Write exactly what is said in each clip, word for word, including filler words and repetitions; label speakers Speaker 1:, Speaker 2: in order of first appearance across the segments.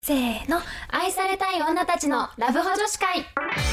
Speaker 1: せーの、愛されたい女たちのラブホ女子会。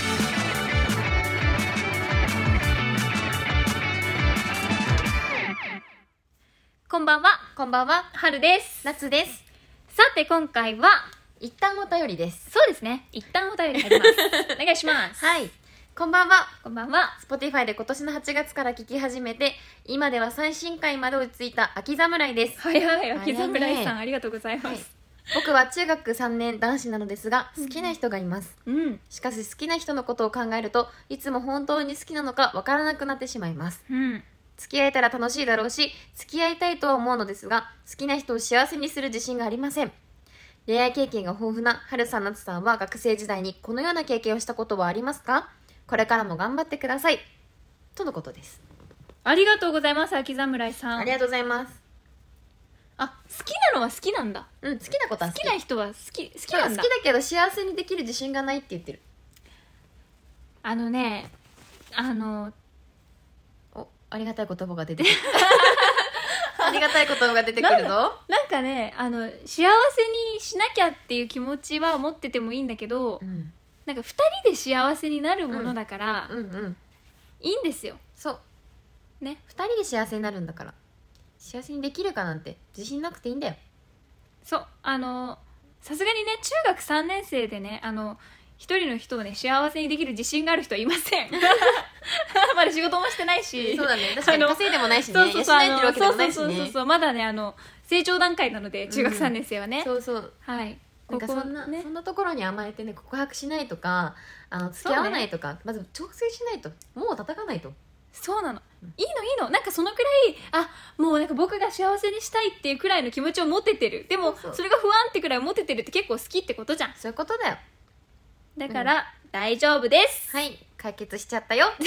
Speaker 1: こんばんは。
Speaker 2: こんばんは、
Speaker 1: 春です。
Speaker 2: 夏です。
Speaker 1: さて今回は
Speaker 2: 一旦お便りです。
Speaker 1: そうですね、一旦お便り入りますお願いします。
Speaker 2: はい、こんばんは。
Speaker 1: こんばんは。
Speaker 2: Spotify で今年のはちがつから聞き始めて、今では最新回まで追いついた秋侍です。
Speaker 1: はいはい、秋
Speaker 2: 早いね
Speaker 1: 侍さん、ありがとうございます、
Speaker 2: はい、僕は中学さんねん男子なのですが、好きな人がいます、
Speaker 1: うん、
Speaker 2: しかし好きな人のことを考えると、いつも本当に好きなのかわからなくなってしまいます。
Speaker 1: うん、
Speaker 2: 付き合えたら楽しいだろうし、付き合いたいとは思うのですが、好きな人を幸せにする自信がありません。恋愛経験が豊富な春さん、夏さんは学生時代にこのような経験をしたことはありますか？これからも頑張ってください、とのことです。
Speaker 1: ありがとうございます、秋侍さん。
Speaker 2: ありがとうございます。
Speaker 1: あ、好きなのは好きなんだ。
Speaker 2: うん、好きなことは
Speaker 1: 好
Speaker 2: 好き。
Speaker 1: きな人は好き好きなんだ。
Speaker 2: 好きだけど幸せにできる自信がないって言ってる。
Speaker 1: あのね、あの
Speaker 2: お、ありがたい言葉が出てくるありがたい言葉が出てくるぞ。
Speaker 1: なんかね、あの幸せにしなきゃっていう気持ちは持っててもいいんだけど、
Speaker 2: うん、
Speaker 1: なんかふたりで幸せになるものだから、
Speaker 2: うんうん、
Speaker 1: いいんですよ。
Speaker 2: そう
Speaker 1: ね、
Speaker 2: ふたりで幸せになるんだから、幸せにできるかなんて自信なくていいんだよ。
Speaker 1: そう、あのさすがにね、中学さんねん生でね、あの一人の人をね幸せにできる自信がある人はいませんまだ仕事もしてないし。
Speaker 2: そうだね、確かに稼いでもないしね、
Speaker 1: そうそうそう、
Speaker 2: 養えてるわけでもないしね。
Speaker 1: そうそうそうそう、まだね、あの成長段階なので、中学さんねん生はね、
Speaker 2: うん、そうそう、
Speaker 1: はい、
Speaker 2: なんかそんな、
Speaker 1: ね、
Speaker 2: そんなところに甘えてね、告白しないとか、あの付き合わないとか、ね、まず調整しないと、もう叩かないと。
Speaker 1: そうなの、うん、いいのいいの、なんかそのくらい、あ、もうなんか僕が幸せにしたいっていうくらいの気持ちを持ててる、でも そ, それが不安ってくらい持ててるって結構好きってことじゃん。
Speaker 2: そういうことだよ。
Speaker 1: だから、うん、大丈夫です。
Speaker 2: はい、解決しちゃったよ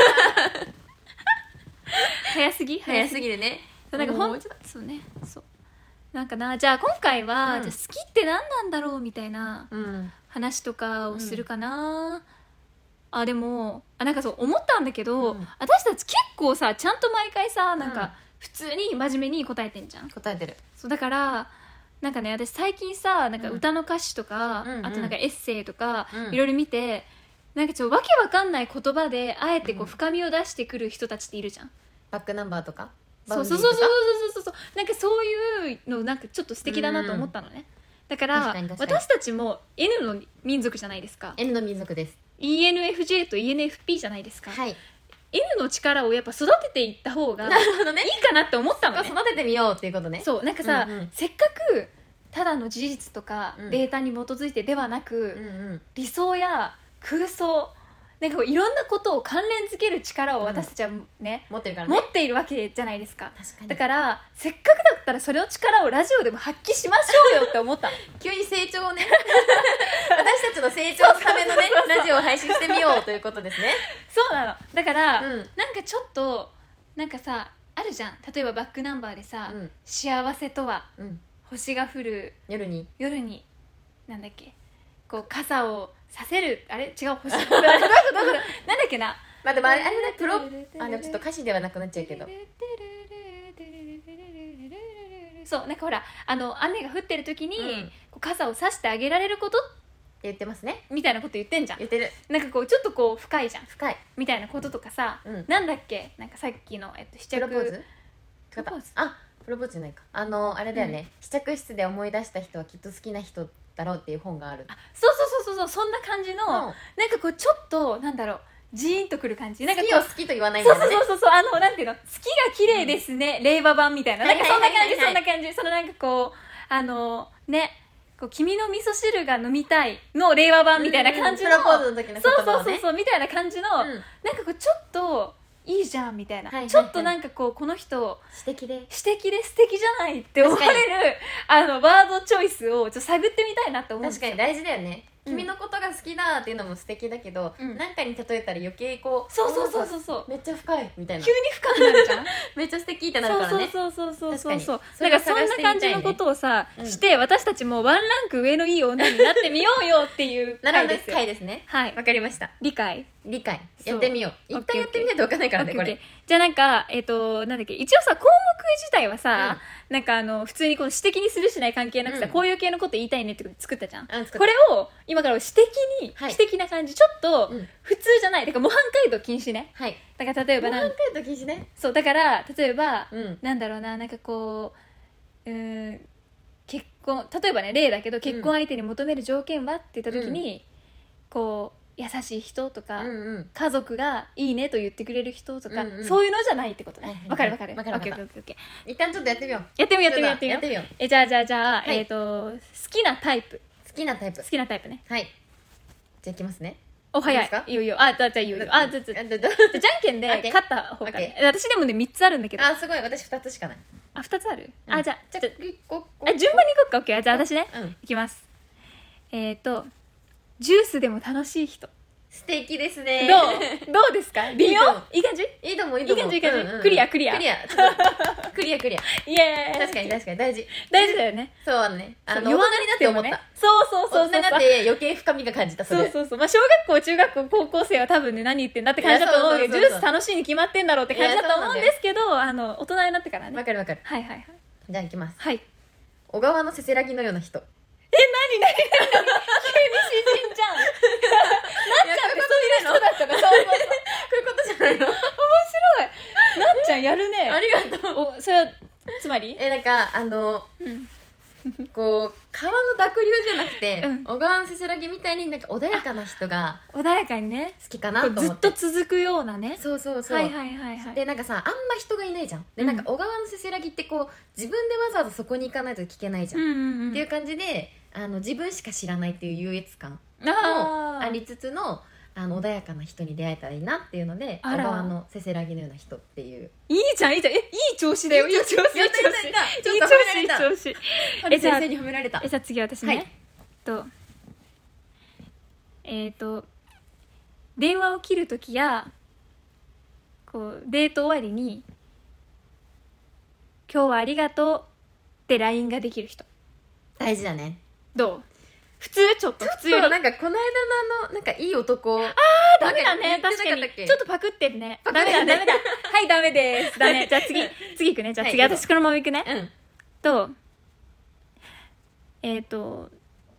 Speaker 1: 早すぎ
Speaker 2: 早すぎるね。
Speaker 1: そう、なんかほんそうね、そうなんかな、じゃあ今回は、うん、じゃあ好きって何なんだろうみたいな話とかをするかな、うん、あ、でもあ、なんかそう思ったんだけど、うん、私たち結構さ、ちゃんと毎回さ、なんか普通に真面目に答えてんじゃん。
Speaker 2: 答えてる。
Speaker 1: そうだからなんかね、私最近さ、なんか歌の歌詞とか、うん、あとなんかエッセイとか、うん、いろいろ見て、なんかちょっとわけわかんない言葉であえてこう深みを出してくる人たちっているじゃん。
Speaker 2: バックナンバーとか、
Speaker 1: そうそうそうそうそうそうそう、なんかそういうのなんかちょっと素敵だなと思ったのね。だから私たちも N の民族じゃないですか。
Speaker 2: N の民族です。
Speaker 1: イーエヌエフジェー と イーエヌエフピー じゃないですか。
Speaker 2: はい、
Speaker 1: N の力をやっぱ育てていった方がいいかなって思ったのね。
Speaker 2: 育ててみようっていうことね。
Speaker 1: そう、なんかさ、うんうん、せっかくただの事実とかデータに基づいてではなく、うんうん、理想や空想、なんかこういろんなことを関連づける力を私たちはね、うん、持ってるからね、持っているわけじゃないですか。
Speaker 2: 確かに。
Speaker 1: だからせっかくだったらそれの力をラジオでも発揮しましょうよって思った
Speaker 2: 急に成長をね私たちの成長のためのねラジオを配信してみようということですね。
Speaker 1: そうなの。だから、うん、なんかちょっとなんかさ、あるじゃん、例えばバックナンバーでさ、うん、幸せとは、うん、星が降る
Speaker 2: 夜に
Speaker 1: 夜になんだっけ、こう傘をさせる、あれ違う、星なんだっけな、
Speaker 2: まあでもあれあれね、プロあのちょっと歌詞ではなくなっちゃうけど、
Speaker 1: そうなんかほら、あの雨が降ってる時に、うん、こう傘をさしてあげられることって
Speaker 2: 言ってますね、
Speaker 1: みたいなこと言ってんじゃん。
Speaker 2: 言ってる。
Speaker 1: なんかこうちょっとこう深いじゃん、
Speaker 2: 深い
Speaker 1: みたいなこととかさ、うん、なんだっけ、なんかさっきの、えっと、試着
Speaker 2: プロポーズプロポーズあプロポーズじゃないか、あのあれだよね、うん、試着室で思い出した人はきっと好きな人だろうっていう本がある。
Speaker 1: あ、そうそうそうそう、そんな感じの、うん、なんかこうちょっとなんだろう、ジーンとくる感じ、なんか
Speaker 2: 好きを好きと言わないみたいなね。
Speaker 1: そうそうそうそう、あのなんていうの、月が綺麗ですね、うん、令和版みたいな、なんかそんな感じ、そんな感じ、そのなんかこうあのね、こう君の味噌汁が飲みたいの令和版みたいな感じの、
Speaker 2: うんうん、プロポーズの時の言葉をね、
Speaker 1: そうそうそうそうみたいな感じの、うん、なんかこうちょっといいじゃんみたいな、はいはいはい、ちょっとなんかこうこの人
Speaker 2: 素敵で
Speaker 1: 素敵で素敵じゃないって思われるあのワードチョイスをちょっと探ってみたいなって思うんですよ。
Speaker 2: 確かに大事だよね。 君のことが好きだっていうのも素敵だけど、
Speaker 1: うん
Speaker 2: なんかに例えたら余計こう
Speaker 1: そうそうそうそうそう
Speaker 2: めっちゃ深いみたいな
Speaker 1: 急に深くなるじゃん
Speaker 2: めっちゃ素敵ってなるからね。
Speaker 1: そうそうそうそうそうそう
Speaker 2: 確かに
Speaker 1: だからそんな感じのことをさ、
Speaker 2: うん
Speaker 1: して私たちもワンランク上のいい女になってみようよっていう
Speaker 2: なるほど
Speaker 1: 回ですよ
Speaker 2: 回ですね。
Speaker 1: はい
Speaker 2: わかりました。
Speaker 1: 理解
Speaker 2: 理解
Speaker 1: そう
Speaker 2: やってみよう。一旦やってみないとわかんないからねこれ
Speaker 1: オッケーオッケー。じゃあなんかえっ、となんだっけ一応さ項目自体はさ、なんかあの普通にこの指摘にするしない関係なくさ、
Speaker 2: うん
Speaker 1: こういう系のこと言いたいねってこと作ったじゃん、
Speaker 2: うん作った
Speaker 1: これを今から指摘に、
Speaker 2: はい
Speaker 1: 指摘な感じちょっと
Speaker 2: うん
Speaker 1: 普通じゃないだから模範解答禁止ね。
Speaker 2: はい。
Speaker 1: だから例えばなん
Speaker 2: 模範解答禁止ね。
Speaker 1: そうだから例えば、
Speaker 2: うん
Speaker 1: なんだろうななんかこううーん結婚例えばね例だけど結婚相手に求める条件はって言った時に、こう優しい人とか、
Speaker 2: うんうん。
Speaker 1: 家族がいいねと言ってくれる人とか、
Speaker 2: うんうん
Speaker 1: そういうのじゃないってこと
Speaker 2: はいはいはい
Speaker 1: ねわかるわかる
Speaker 2: わかるわかる
Speaker 1: オッケーオッケーオッケー
Speaker 2: 一旦ちょっとやってみよう。
Speaker 1: やってみようやってみようやってみよう
Speaker 2: やってみよう。
Speaker 1: えじゃあじゃあじゃあ、
Speaker 2: はい
Speaker 1: えっ、と好きなタイプ
Speaker 2: 好きなタイプ
Speaker 1: 好。きなタイプね
Speaker 2: はい。じゃあいきますね。
Speaker 1: お早い
Speaker 2: いいですか
Speaker 1: いいよいいよあじゃあじゃあいいよいいよあじゃあじゃあ
Speaker 2: あじゃあじゃ
Speaker 1: じゃあじゃんけんで
Speaker 2: オッケー
Speaker 1: 勝った方から、
Speaker 2: オッケ
Speaker 1: え私でもねみっつあるんだけどあ
Speaker 2: あすごい私二つしかない。
Speaker 1: ふたつある、
Speaker 2: うん
Speaker 1: あじゃあ
Speaker 2: じゃ
Speaker 1: じゃ
Speaker 2: あここ
Speaker 1: あ順番にいこうかオッケーじゃあ私ね
Speaker 2: うん。
Speaker 1: いきますえっ、とジュースでも楽しい人
Speaker 2: 素敵ですね。
Speaker 1: どうどうですか微妙
Speaker 2: いいと思う
Speaker 1: いい感じ
Speaker 2: いいと思ういいと思う。
Speaker 1: いい感じいい感じ
Speaker 2: うんうんうん
Speaker 1: クリアクリア
Speaker 2: クリア。ちょっとクリアクリア。
Speaker 1: イエーイ
Speaker 2: 確かに確かに大事。
Speaker 1: 大事だよね
Speaker 2: そうあのね。あの
Speaker 1: そう
Speaker 2: 大人になって思った。
Speaker 1: ねそうそうそうそう
Speaker 2: 大人になって余計深みが感じたそれ。
Speaker 1: そうそうそうまあ小学校中学校高校生は多分ね何言ってんだって感じだと思うけどジ
Speaker 2: いやそうそうそう
Speaker 1: ュース楽しいに決まってんだろうって感じだと思うんですけどあの大人になってからね
Speaker 2: わかるわかる。
Speaker 1: はいはいはい
Speaker 2: じゃあいきます。
Speaker 1: はい
Speaker 2: 小川のせせらぎのような人。
Speaker 1: え何何何急に詩人じゃんなっちゃんってそういう人だったからそうそうそう
Speaker 2: こういうことじゃないの？
Speaker 1: 面白いなっちゃんやるね
Speaker 2: ありがとう。
Speaker 1: おそれはつまり
Speaker 2: えなんかあの
Speaker 1: うん
Speaker 2: こう川の濁流じゃなくて、
Speaker 1: うん
Speaker 2: 小川のせせらぎみたいになんか穏やかな人が
Speaker 1: 穏やかにね
Speaker 2: 好きかな
Speaker 1: こうずっ
Speaker 2: と思って。
Speaker 1: と続くようなね
Speaker 2: そうそうそう。
Speaker 1: はいはいはいはい
Speaker 2: でなんかさあんま人がいないじゃん。で
Speaker 1: うん
Speaker 2: なんか小川のせせらぎってこう自分でわざわざそこに行かないと聞けないじゃん。
Speaker 1: うんうんうん
Speaker 2: っていう感じであの自分しか知らないっていう優越感も
Speaker 1: あー
Speaker 2: ありつつのあの穏やかな人に出会えたらいいなっていうので小
Speaker 1: あら
Speaker 2: 川のせせらぎのような人っていう。
Speaker 1: いいじゃんいいじゃんえいい調子だよいい調子いい調子いい
Speaker 2: やったやったやったちょっ
Speaker 1: 調
Speaker 2: と褒められた
Speaker 1: 子いい調子
Speaker 2: ハル
Speaker 1: えじゃあ
Speaker 2: 先生に褒められた。
Speaker 1: えじゃあ次私ね、
Speaker 2: はい
Speaker 1: とえっ、と電話を切るときやこうデート終わりに「今日はありがとう」って ライン ができる人
Speaker 2: 大事だね。
Speaker 1: どう普通ちょっと普通より
Speaker 2: そうなんかこの間のあのなんかいい男あ
Speaker 1: ダメだね確かにちょっとパクってるねダメだダメだはいダメですダメじゃあ次次いくねじゃあ次、
Speaker 2: はいどうぞ
Speaker 1: 私このままいくね、
Speaker 2: うん
Speaker 1: とえっ、と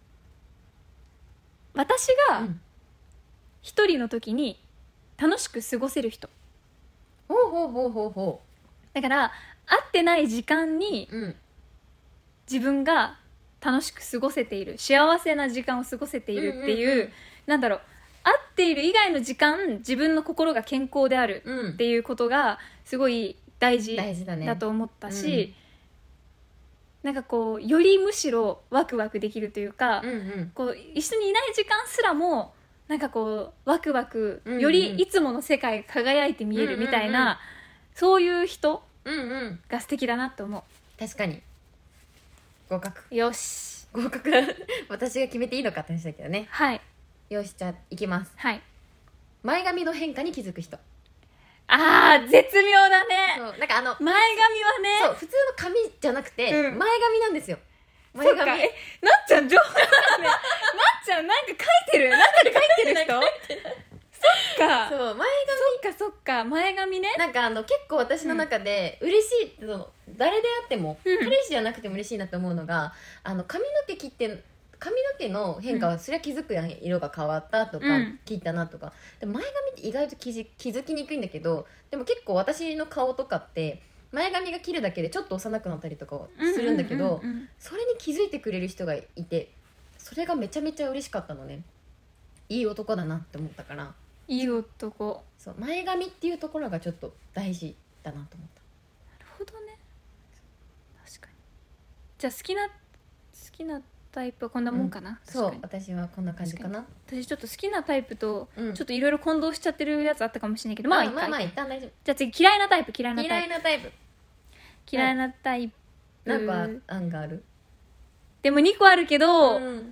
Speaker 1: 私が
Speaker 2: うん
Speaker 1: 一人の時に楽しく過ごせる人
Speaker 2: ほうほうほうほうほ
Speaker 1: だから会ってない時間に
Speaker 2: ううん
Speaker 1: 自分が楽しく過ごせている幸せな時間を過ごせているっていう,、
Speaker 2: うんうんうん
Speaker 1: なんだろう会っている以外の時間自分の心が健康である
Speaker 2: うん
Speaker 1: っていうことがすごい大事
Speaker 2: 大事だね
Speaker 1: だと思ったし、なんかこうよりむしろワクワクできるというか、
Speaker 2: うんうん
Speaker 1: こう一緒にいない時間すらもなんかこうワクワク、
Speaker 2: うんうん
Speaker 1: よりいつもの世界が輝いて見えるみたいな、
Speaker 2: うんうんうん
Speaker 1: そういう人
Speaker 2: うんうん
Speaker 1: が素敵だなと思
Speaker 2: 確かに合格
Speaker 1: う。よし
Speaker 2: 合格私が決めていいのかって話だけどね。
Speaker 1: はい
Speaker 2: よしじゃあいきます。
Speaker 1: はい
Speaker 2: 前髪の変化に気づく人。
Speaker 1: あー絶妙だね
Speaker 2: そうなんかあの
Speaker 1: 前髪はね
Speaker 2: そう普通の髪じゃなくて、
Speaker 1: うん
Speaker 2: 前髪なんですよ。前
Speaker 1: そっか
Speaker 2: 髪
Speaker 1: えなっちゃん上手だねなっちゃんなんか書いてるなんか書いてる人そっか
Speaker 2: そう前髪
Speaker 1: そっかそっか前髪ね
Speaker 2: なんかあの結構私の中で嬉しいってその誰であっても、
Speaker 1: うん
Speaker 2: 彼氏じゃなくても嬉しいなと思うのがあの髪の毛切って髪の毛の変化はそりゃ気づくやん、色が変わったとか、
Speaker 1: うん
Speaker 2: 切ったなとかでも前髪って意外と気づ気づきにくいんだけどでも結構私の顔とかって前髪が切るだけでちょっと幼くなったりとかはするんだけど、
Speaker 1: うんうんうんうん
Speaker 2: それに気づいてくれる人がいてそれがめちゃめちゃ嬉しかったのね。いい男だなって思ったから
Speaker 1: いい男
Speaker 2: そう前髪っていうところがちょっと大事だなと思った。
Speaker 1: なるほどね確かにじゃあ好きな好きなタイプはこんなもんかな、
Speaker 2: そう
Speaker 1: 確かに
Speaker 2: 私はこんな感じかな。
Speaker 1: 私ちょっと好きなタイプと
Speaker 2: うん
Speaker 1: ちょっといろいろ混同しちゃってるやつあったかもしれないけど、まあいいか
Speaker 2: まあまあ一旦大丈
Speaker 1: じゃあ次嫌いなタイプ嫌い
Speaker 2: 夫。
Speaker 1: なタイプ
Speaker 2: 嫌いなタイプ
Speaker 1: 嫌いなタイプ
Speaker 2: なんか案がある？
Speaker 1: でもにこあるけど、
Speaker 2: うん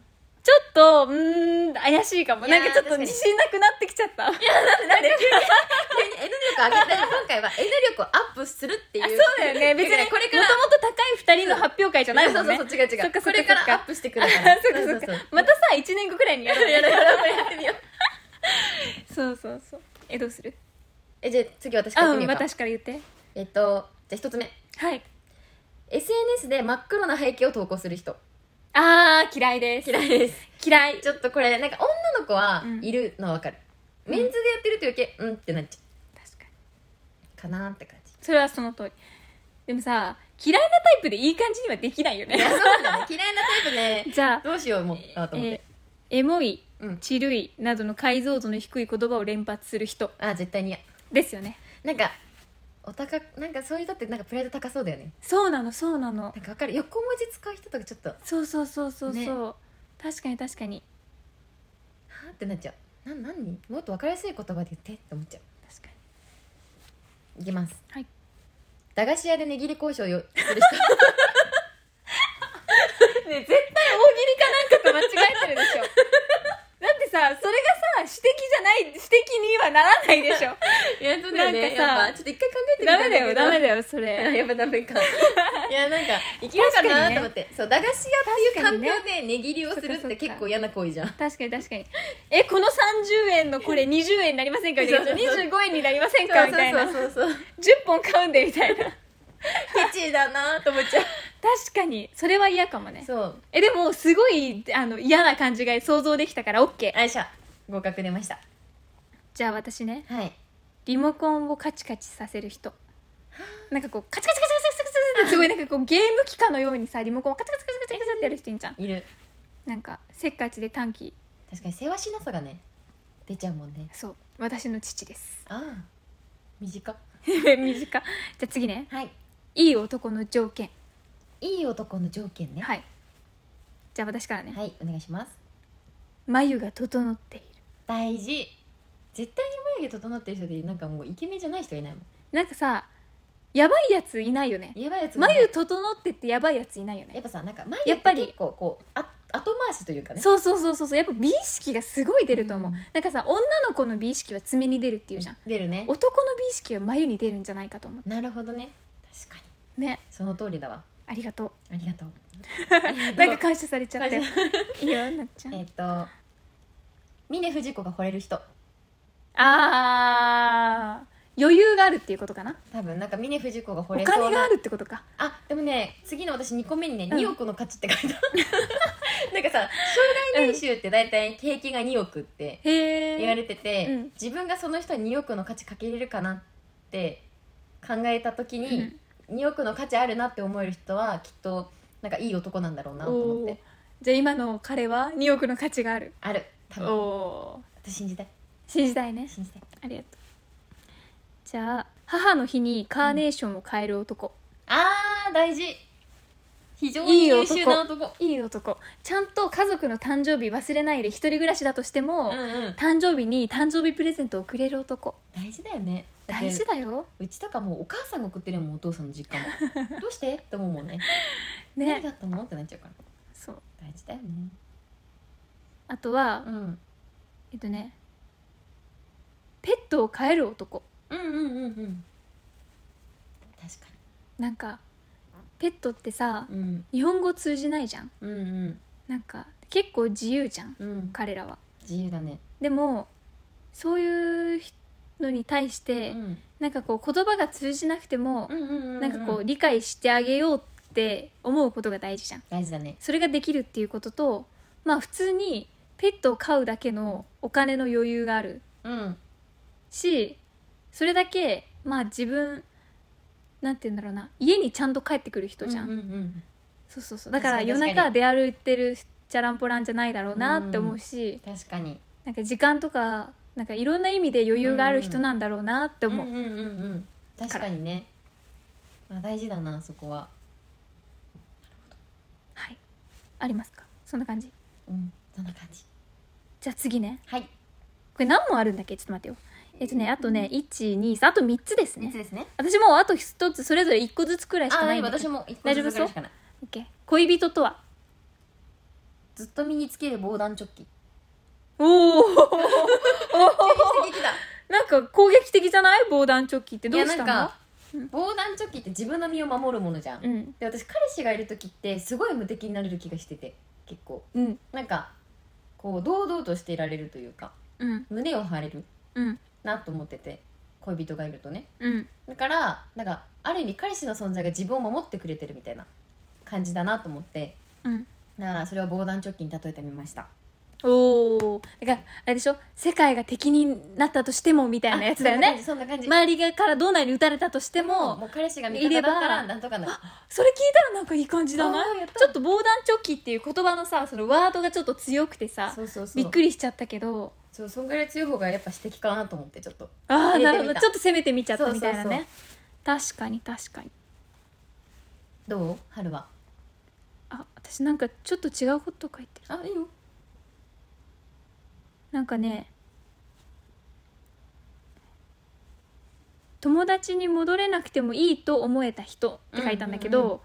Speaker 1: ちょっとうーん怪しいかも。
Speaker 2: いやー
Speaker 1: なんかちょっと自信なくなってきちゃった。
Speaker 2: いやなんでなんで急に急に N 力上げて今回は N 力をアップするっていう。
Speaker 1: あ、そうだよね。別に
Speaker 2: これから
Speaker 1: もともと高いふたりの発表会じゃないもんね。
Speaker 2: そうそうそう違う違う。
Speaker 1: そっかそっか
Speaker 2: これからアップしてくるから。
Speaker 1: そっかそっか。またさいちねんごくらいにやろう。
Speaker 2: やろうやろうやってみよう。
Speaker 1: そうそうそう。え、どうする？
Speaker 2: え、じゃあ次私から
Speaker 1: あ、
Speaker 2: 言ってみようか。
Speaker 1: 私から言って。
Speaker 2: えっとじゃあ一つ目。
Speaker 1: はい。
Speaker 2: エスエヌエス で真っ黒な背景を投稿する人。
Speaker 1: あー、嫌いです。
Speaker 2: 嫌いです。
Speaker 1: 嫌い。
Speaker 2: ちょっとこれなんか女の子はいるのはわかる、うん、メンズでやってると余計うんってなっちゃう。
Speaker 1: 確かに
Speaker 2: かなーって感じ。
Speaker 1: それはその通り。でもさ、嫌いなタイプでいい感じにはできないよね。
Speaker 2: いやそうだね。嫌いなタイプね。
Speaker 1: じゃあ
Speaker 2: どうしようもあと思って、
Speaker 1: えー、エモい、
Speaker 2: うん、
Speaker 1: チルいなどの解像度の低い言葉を連発する人。
Speaker 2: あ、絶対に嫌
Speaker 1: ですよね。なんか
Speaker 2: お高なんかそういう人ってなんかプライド高そうだよね。
Speaker 1: そうなのそうなの。
Speaker 2: なんかわかる。横文字使う人とかちょっと
Speaker 1: そうそうそうそうそう、ね、確かに確かに
Speaker 2: はあってなっちゃう。な何もっと分かりやすい言葉で言ってって思っちゃう。
Speaker 1: 確か
Speaker 2: にいきます。
Speaker 1: はい。
Speaker 2: 駄菓子屋で値切り交渉をする人。ね、
Speaker 1: 絶対大喜利かなんかと間違えてるでしょ。だってさ、それがさ指摘じゃない、指摘にはならないでしょ。
Speaker 2: いやそうだよね。なんかさ、ちょっと一回考えてみ
Speaker 1: たんだけど。ダメだよダメだよそれ。
Speaker 2: やっぱダメか。いやなんかいけるかなと思って、ね、そう駄菓子屋っていう環境で値切りをするって結構嫌な行為じゃん。
Speaker 1: 確かに確かに。え、このさんじゅうえんのこれにじゅうえんになりませんかみたいな。にじゅうごえんになりませんかみたいな。
Speaker 2: そうそうそうそう。
Speaker 1: じゅっぽん買うんでみたいな。
Speaker 2: ケチだなと思っちゃう。
Speaker 1: 確かにそれは嫌かもね。
Speaker 2: そう。
Speaker 1: え、でもすごいあの嫌な感じが想像できたから OK。
Speaker 2: あいしゃ合格出ました。
Speaker 1: じゃあ私ね、
Speaker 2: はい、
Speaker 1: リモコンをカチカチさせる人。なんかこうカチカチカチカチカチカチってすごいなんかこうゲーム機かのようにさリモコンをカチカチカチカチカチってやる人いんじゃん。
Speaker 2: いる。なん
Speaker 1: かせっかちで短気。
Speaker 2: 確かにせわしなさがね出ちゃうもんね。
Speaker 1: そう、私の父です。
Speaker 2: ああ短
Speaker 1: 短。じゃあ次ね。
Speaker 2: はい。
Speaker 1: いい男の条件。
Speaker 2: いい男の条件ね。
Speaker 1: はい。じゃあ私からね。
Speaker 2: はい、お願いします。
Speaker 1: 眉が整っている。
Speaker 2: 大事。絶対に眉毛整ってる人でなんかもうイケメンじゃない人いないもん。
Speaker 1: なんかさ、やばいやついないよね。
Speaker 2: やばいやつ、
Speaker 1: 眉整ってってやばいやついないよね。
Speaker 2: やっぱさ、なんか眉って結構こうあ後回しというかね。
Speaker 1: そうそうそうそう、やっぱ美意識がすごい出ると思う、うん、なんかさ、女の子の美意識は爪に出るっていうじゃん。
Speaker 2: 出るね。
Speaker 1: 男の美意識は眉に出るんじゃないかと思って。
Speaker 2: なるほどね。確かにね。その通りだわ。
Speaker 1: ありがとう。
Speaker 2: ありがとう。
Speaker 1: なんか感謝されちゃっていいよ、なっちゃん。えっと
Speaker 2: 峰不二子が惚れる人。
Speaker 1: あー、余裕があるっていうことかな。
Speaker 2: 多分なんか峰不二子が惚れそうな。
Speaker 1: お金があるってことか。
Speaker 2: あ、でもね、次の私にこめにね、におくの価値って書いた。なんかさ、将来年収って大体景気がにおくって言われてて、うん、自分がその人ににおくの価値かけれるかなって考えた時に、うん、におくの価値あるなって思える人はきっとなんかいい男なんだろうなと思って。
Speaker 1: じゃあ今の彼はにおくの価値がある。
Speaker 2: ある。多分。おー、私信じたい。
Speaker 1: 信じたいね。
Speaker 2: 信じたい。
Speaker 1: ありがとう。じゃあ母の日にカーネーションを変える男、
Speaker 2: うん、あー大事。非常に優秀な男。
Speaker 1: いい男。ちゃんと家族の誕生日忘れないで、一人暮らしだとしても、うんうん、誕生日に誕生日プレゼントをくれる男。
Speaker 2: 大事だよね。
Speaker 1: 大事だよ。
Speaker 2: うちとかもうお母さんが送ってるもん、お父さんの実家も。どうしてって思うもんね。ね、何だったのってなっちゃうから。
Speaker 1: そう、
Speaker 2: 大事だよね。
Speaker 1: あとは、うん、えっとねペットを飼える男。
Speaker 2: うんうんうんうん。確か
Speaker 1: になんかペットってさ、うん、日本語通じないじゃん、
Speaker 2: うんうん、
Speaker 1: なんか結構自由じゃん、
Speaker 2: うん、
Speaker 1: 彼らは。
Speaker 2: 自由だね。
Speaker 1: でもそういうのに対して、うん、なんかこう言葉が通じなくても、うんうんうんうん、なんかこう理解してあげようって思うことが大事じゃん。
Speaker 2: 大事だね。
Speaker 1: それができるっていうことと、まあ普通にペットを飼うだけのお金の余裕がある、うん、し、それだけまあ自分なんて言うんだろうな、家にちゃんと帰ってくる人じゃん、うんうんうん、そうそうそう。だから夜中出歩いてるチャランポランじゃないだろうなって思うし、
Speaker 2: うん、確かに
Speaker 1: なんか時間とかなんかいろんな意味で余裕がある人なんだろうなって思う。
Speaker 2: うんうんうんうん、確かにね。まあ大事だな、そこは。
Speaker 1: はい、ありますか？そんな感じ。
Speaker 2: うん、そんな感じ。
Speaker 1: じゃあ次ね。
Speaker 2: はい。
Speaker 1: これ何問あるんだっけ？ちょっと待ってよ。えっとね、あとね、いち、に、さん、あとみっつですね。
Speaker 2: みっつですね。
Speaker 1: 私もうあとひとつ、それぞれいっこずつくらいしかないんだけど。
Speaker 2: あ、私もいっこずつくらいしかない。
Speaker 1: オッケー。恋人とは？
Speaker 2: ずっと身につける防弾チョッキ。
Speaker 1: おお
Speaker 2: 攻撃的だ。
Speaker 1: なんか攻撃的じゃない？防弾チョッキってどうしたの？
Speaker 2: いやなんか防弾チョッキって自分の身を守るものじゃん、
Speaker 1: うん、
Speaker 2: で私彼氏がいる時ってすごい無敵になれる気がしてて、結構、
Speaker 1: うん、
Speaker 2: なんかこう堂々としていられるというか、
Speaker 1: うん、
Speaker 2: 胸を張れる、
Speaker 1: うん、
Speaker 2: なと思ってて、恋人がいるとね、
Speaker 1: うん、
Speaker 2: だからなんかある意味彼氏の存在が自分を守ってくれてるみたいな感じだなと思って、
Speaker 1: うん、
Speaker 2: だからそれを防弾チョッキに例えてみました。
Speaker 1: おお、だからあれでしょ、世界が敵になったとしてもみたいなやつだよね。
Speaker 2: そんな感じ。
Speaker 1: 周りがからどうなり撃たれたとしても、
Speaker 2: もう彼氏が味方だったらなんとかなる。
Speaker 1: それ聞いたらなんかいい感じだな。
Speaker 2: やった
Speaker 1: ちょっと防弾チョッキっていう言葉のさ、そのワードがちょっと強くてさ、
Speaker 2: そうそうそう、
Speaker 1: びっくりしちゃったけど、
Speaker 2: そう、そんぐらい強い方がやっぱ素敵かなと思ってちょっと
Speaker 1: ああ、なるほど、
Speaker 2: 入れてみた。
Speaker 1: ちょっと攻めてみちゃったみたいなね。
Speaker 2: そうそう
Speaker 1: 確かに確かに。
Speaker 2: どう？春は。
Speaker 1: あ、私なんかちょっと違うこと書いてる。
Speaker 2: あ、いいよ。
Speaker 1: なんかね、友達に戻れなくてもいいと思えた人って書いたんだけど、
Speaker 2: うんうんうん、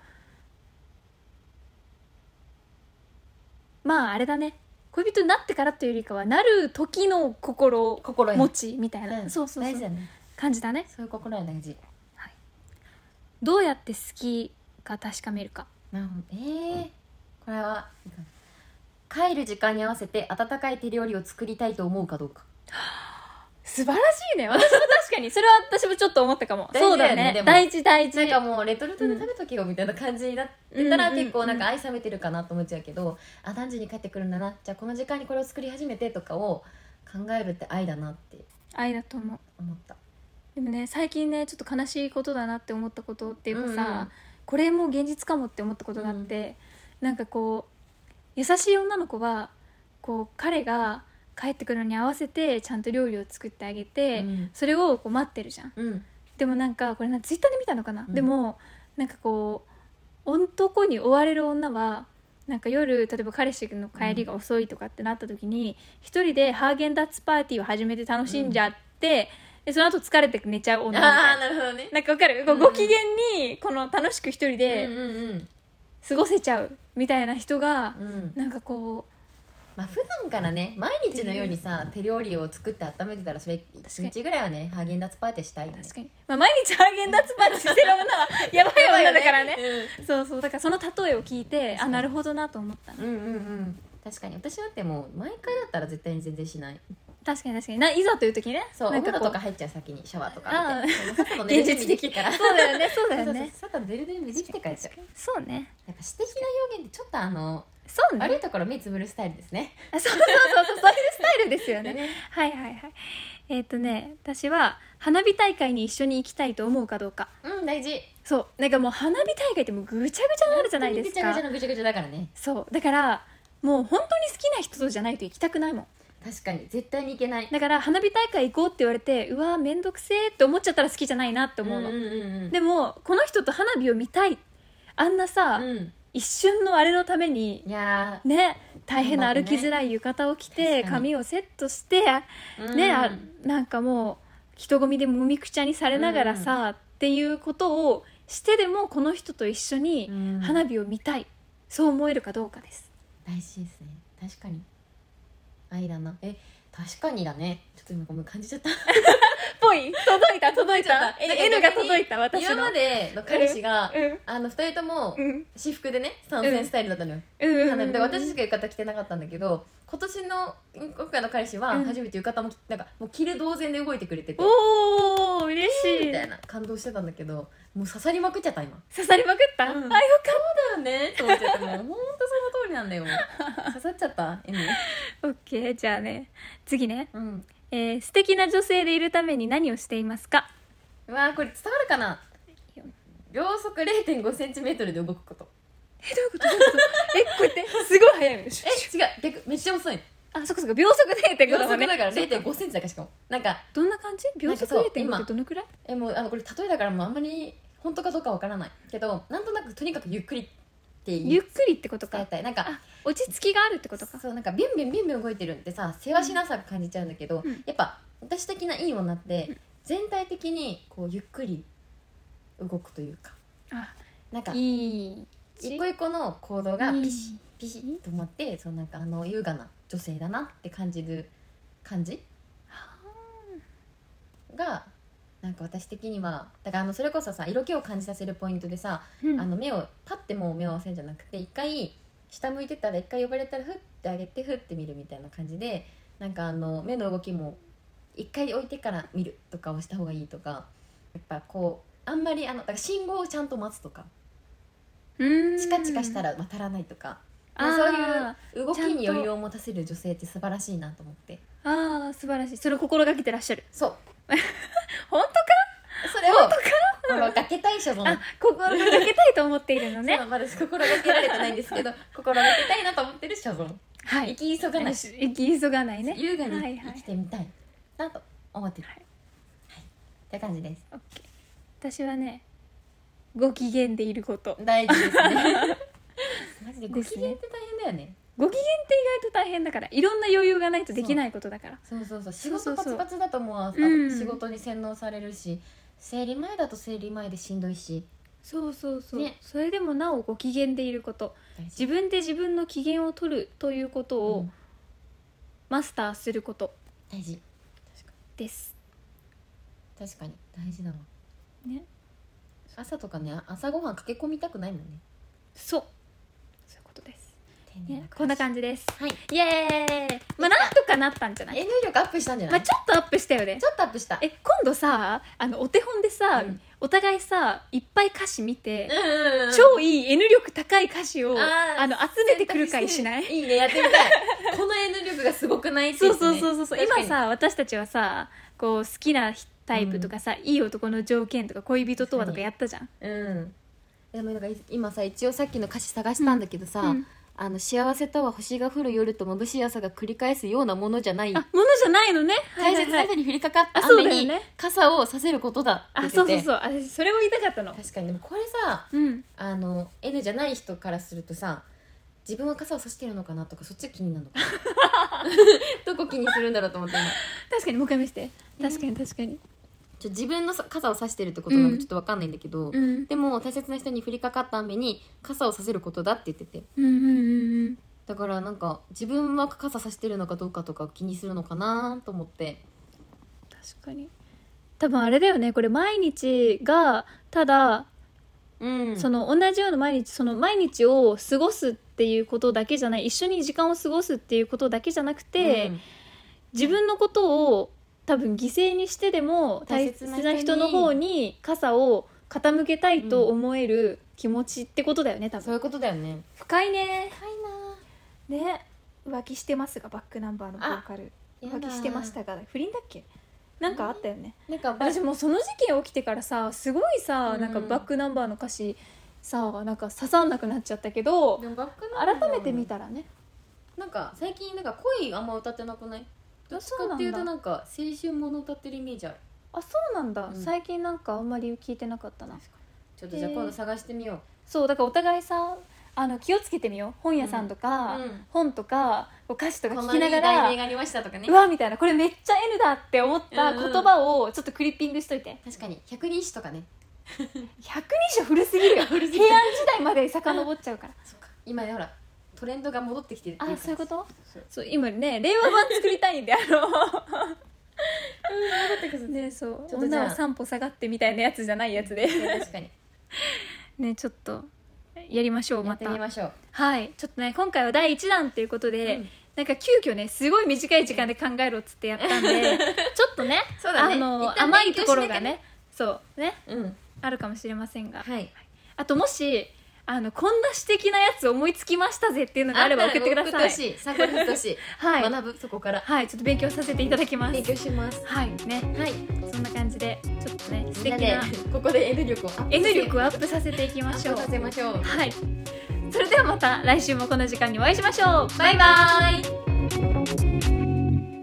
Speaker 1: まああれだね、恋人になってからというよりかはなる時の心
Speaker 2: 心
Speaker 1: 持ちみたいな、
Speaker 2: うん、
Speaker 1: そうそうそう、
Speaker 2: 大事だね、
Speaker 1: 感じだね。
Speaker 2: そういう心は大事、
Speaker 1: はい、どうやって好きか確かめるか。
Speaker 2: なるほど。えー、これは帰る時間に合わせて温かい手料理を作りたいと思うかどうか。
Speaker 1: 素晴らしいね。私も確かにそれは私もちょっと思ったかも。
Speaker 2: 大事だよね。
Speaker 1: そうだね、
Speaker 2: でも
Speaker 1: 大事大事。
Speaker 2: なんかもうレトルトで食べとけよみたいな感じになってたら、
Speaker 1: うん
Speaker 2: 結構なんか愛冷めてるかなと思っちゃうけど、あ、何時に帰ってくるんだな、じゃあこの時間にこれを作り始めてとかを考えるって愛だなって
Speaker 1: 愛だと思う。
Speaker 2: 思った。
Speaker 1: でもね、最近ねちょっと悲しいことだなって思ったことっていうかさ、
Speaker 2: うんうん、
Speaker 1: これも現実かもって思ったことがあって、うん、なんかこう優しい女の子はこう彼が帰ってくるのに合わせてちゃんと料理を作ってあげて、うん、それをこう待ってるじゃん、うん、でもなんかこれなツイッターで見たのかな、うん、でもなんかこう男に追われる女はなんか夜例えば彼氏の帰りが遅いとかってなった時に、うん、一人でハーゲンダッツパーティーを始めて楽しんじゃって、うん、でその後疲れて寝ちゃう女みたいな。
Speaker 2: あー、なるほどね。
Speaker 1: なんかわかる、うん、ご機嫌にこの楽しく一人で過ごせちゃうみたいな人が、うん、なんかこう
Speaker 2: まあ、普段からね毎日のようにさ手料理を作って温めてたら、それいちにちぐらいはねハーゲンダッツパーティーしたいよね。
Speaker 1: 確かに、まあ、毎日ハーゲンダッツパーティーしてる女はやばい女だからね、うん、そうそう、だからその例えを聞いて、あ、なるほどなと思ったね。
Speaker 2: うんうんうん、確かに私だってもう毎回だったら絶対に全然しない。
Speaker 1: 確かに確かにな、いざという時ね、
Speaker 2: そうお風呂とか入っちゃう、先にシャワーとか
Speaker 1: 現実的からそうだよね、そうだよね、
Speaker 2: 外出る出る見できて帰っちゃう。
Speaker 1: そうね、
Speaker 2: やっぱ詩的な表現ってちょっとあの
Speaker 1: そうね、
Speaker 2: 悪いところ目つぶるスタイルですね。
Speaker 1: あ、そうそうそうそう、そういうスタイルですよね。ね、はいはいはい。えっ、ー、とね、私は花火大会に一緒に行きたいと思うかどうか。
Speaker 2: うん、大事。
Speaker 1: そう、なんかもう花火大会ってもうぐちゃぐちゃになるじゃないですか。
Speaker 2: ぐちゃぐちゃのぐちゃぐちゃだからね。
Speaker 1: そう、だからもう本当に好きな人とじゃないと行きたくないもん。
Speaker 2: 確かに絶対に行けない。
Speaker 1: だから花火大会行こうって言われて、うわーめんどくせーって思っちゃったら好きじゃないなって思うの、うんうんうん、でもこの人と花火を見たい、あんなさ、うん、一瞬のあれのために
Speaker 2: いや
Speaker 1: ね、大変な歩きづらい浴衣を着て、髪をセットして、うん、ね、あ、なんかもう人混みでもみくちゃにされながらさ、うん、っていうことをしてでもこの人と一緒に花火を見たい、うん、そう思えるかどうかです。
Speaker 2: 大事ですね。確かに愛だな。え、確かにだね。ちょっと今ごめん感じちゃった
Speaker 1: ぽい、届いた届いた、え N が届いた。私の
Speaker 2: 今までの彼氏が、うん、あのふたりとも私服でね、参戦スタイルだったのよ、うんうんうんうん、で私しか浴衣着てなかったんだけど、今年の今回の彼氏は初めて浴衣もなんかもう着る同然で動いてくれてて、
Speaker 1: おー嬉しい
Speaker 2: みたいな感動してたんだけど、もう刺さりまくっちゃった。今
Speaker 1: 刺さりまくった、うん、あ、よかった。
Speaker 2: そうだよねと思っちゃって、もうほんとその通りなんだよ刺さっちゃった。 N
Speaker 1: オッケー、じゃあね、次ね、
Speaker 2: うん、
Speaker 1: えー、素敵な女性でいるために何をしていますか。
Speaker 2: うわー、これ伝わるかな。秒速 れいてんごセンチメートルで動くこと。
Speaker 1: え、どういうことどういうことえ、こうやってすごい速いの。え、違う、
Speaker 2: 逆、めっちゃ遅いの。
Speaker 1: あ、そっかそっか、秒速 れいてんご だもんね。
Speaker 2: 秒速だから れいてんごセンチだから、しかもなんか
Speaker 1: どんな感じ。秒速 れいてんご ってどのくらい。
Speaker 2: え、もうあのこれ例えだからもうあんまり本当かどうかわからないけど、なんとなくとにかくゆっくりっていう、
Speaker 1: ゆっくりってことか。
Speaker 2: 伝えたい。なんか
Speaker 1: 落ち着きがあるってことか。
Speaker 2: そう、なんかビュンビュンビュンビュン動いてるってさ、せわしなさが感じちゃうんだけど、うん、やっぱ私的ないい女って、うん、全体的にこうゆっくり動くというか、
Speaker 1: あ、
Speaker 2: なんか
Speaker 1: いい
Speaker 2: 一個一個の行動がピシピシッと思ってそうなんかあの優雅な女性だなって感じる感じがなんか私的にはだからあのそれこそさ色気を感じさせるポイントでさ、うん、あの目をパッてもう目を合わせるんじゃなくて一回下向いてたら一回呼ばれたらふってあげてふって見るみたいな感じでなんかあの目の動きも一回置いてから見るとかをした方がいいとかやっぱこうあんまりあのだから信号をちゃんと待つとか
Speaker 1: うん
Speaker 2: チカチカしたら渡らないとかそういう動きに余裕を持たせる女性って素晴らしいなと思って
Speaker 1: ああ素晴らしいそれを心がけてらっしゃる
Speaker 2: そう
Speaker 1: 本当か
Speaker 2: それを心がけたい所存
Speaker 1: あ心がけたいと思っているのね
Speaker 2: そうまだ心がけられてないんですけど心がけたいなと思ってる所存はい生き急がない
Speaker 1: 生き急がないね
Speaker 2: 優雅に生きてみたいなと思ってるはい、はい、って感じです
Speaker 1: OK 私はねご機嫌でいること
Speaker 2: 大事ですねマジでご機嫌って大変だよね
Speaker 1: ご機嫌って意外と大変だからいろんな余裕がないとできないことだから
Speaker 2: そうそうそう仕事パツパツだともう、うん、仕事に洗脳されるし生理前だと生理前でしんどいし
Speaker 1: そうそうそう、ね、それでもなおご機嫌でいること自分で自分の機嫌を取るということを、うん、マスターすること
Speaker 2: 大事
Speaker 1: です
Speaker 2: 確かに大事だわ
Speaker 1: ね
Speaker 2: 朝とかね朝ごはん駆け込みたくないもんね
Speaker 1: そうそういうことですね、こんな感じです、
Speaker 2: はい、
Speaker 1: イエーイまあなんとかなったんじゃない
Speaker 2: エヌ 力アップしたんじゃない、
Speaker 1: まあ、ちょっとアップしたよね
Speaker 2: ちょっとアップした
Speaker 1: え今度さあのお手本でさ、うん、お互いさいっぱい歌詞見て、うんうんうん、超いい N 力高い歌詞をあの集めてくる会しない
Speaker 2: いいねやってみたいこの N 力がすごくないって言って、ね、
Speaker 1: そうそうそうそう今さ私たちはさこう好きなタイプとかさ、うん、いい男の条件とか恋人とはとかやったじゃん
Speaker 2: うんでもなんか今さ一応さっきの歌詞探したんだけどさ、うんうんあの幸せとは星が降る夜と眩しい朝が繰り返すようなものじゃない
Speaker 1: あものじゃないのね
Speaker 2: 大切な人に降りかかった雨に傘をさせることだって言ってて
Speaker 1: あそうそうそう私それを言いたかったの
Speaker 2: 確かにでもこれさ、うん、あの N じゃない人からするとさ自分は傘をさしてるのかなとかそっちが気になるのかなどこ気にするんだろうと思って今
Speaker 1: 確かにもう一回見せて確かに確かに
Speaker 2: ちょ自分の傘を差してるってことなんかちょっと分かんないんだけど、うん、でも大切な人に降りかかった雨に傘を差せることだって言ってて、
Speaker 1: うんうんうんうん、
Speaker 2: だからなんか自分は傘差してるのかどうかとか気にするのかなと思って
Speaker 1: 確かに多分あれだよねこれ毎日がただ、うん、その同じような毎日その毎日を過ごすっていうことだけじゃない一緒に時間を過ごすっていうことだけじゃなくて、うん、自分のことを多分犠牲にしてでも大切な人の方に傘を傾けたいと思える気持ちってことだよね多分
Speaker 2: そういうことだよね
Speaker 1: 深いね
Speaker 2: 深い
Speaker 1: なね浮気してますがバックナンバーのボーカル浮気してましたが不倫だっけなんかあったよねなんか私もうその事件起きてからさすごいさ、うん、なんかバックナンバーの歌詞さなんか刺さんなくなっちゃったけど改めて見たらね
Speaker 2: なんか最近なんか恋あんま歌ってなくないどっちかっていうとなんか青春もの歌ってるイメージある
Speaker 1: あそうなんだ、うん、最近なんかあんまり聞いてなかったな
Speaker 2: ちょっとじゃあ今度探してみよう、
Speaker 1: そうだからお互いさあの気をつけてみよう本屋さんとか、うんうん、本とか歌詞とか聞きながら
Speaker 2: 題名がありましたとかね
Speaker 1: うわみたいなこれめっちゃ N だって思った言葉をちょっとクリッピングしといて、
Speaker 2: うんうん、確かに百人一首とかね
Speaker 1: 百人一首古すぎるよ平安時代まで遡っちゃうから
Speaker 2: そうか今ねほらトレンドが戻ってきてるっていう
Speaker 1: あそういうことそうそう今ね令和版作りたいんであの戻ってくるねそう女は三歩下がってみたいなやつじゃないやつで
Speaker 2: 確かに
Speaker 1: ねちょっとやりましょうまた
Speaker 2: やってみましょう
Speaker 1: はいちょっとね今回はだいいちだんっていうことで、うん、なんか急遽ねすごい短い時間で考えろっつってやったんでちょっとね
Speaker 2: そうだね
Speaker 1: あの甘いところがねそうね、
Speaker 2: うん、
Speaker 1: あるかもしれませんが、
Speaker 2: はい、
Speaker 1: あともしあのこんな詩的なやつ思いつきましたぜっていうのがあれば送ってください。送ってほしい、
Speaker 2: 参考にしてほしい、はい、学ぶそこから
Speaker 1: はいちょっと勉強させていただきます。
Speaker 2: 勉強します
Speaker 1: はいねはいそんな感じでちょっとね素敵な
Speaker 2: ここで N 力を
Speaker 1: N 力をアップさせていきましょう。
Speaker 2: させましょう。
Speaker 1: はいそれではまた来週もこの時間にお会いしましょう。
Speaker 2: バイバイ。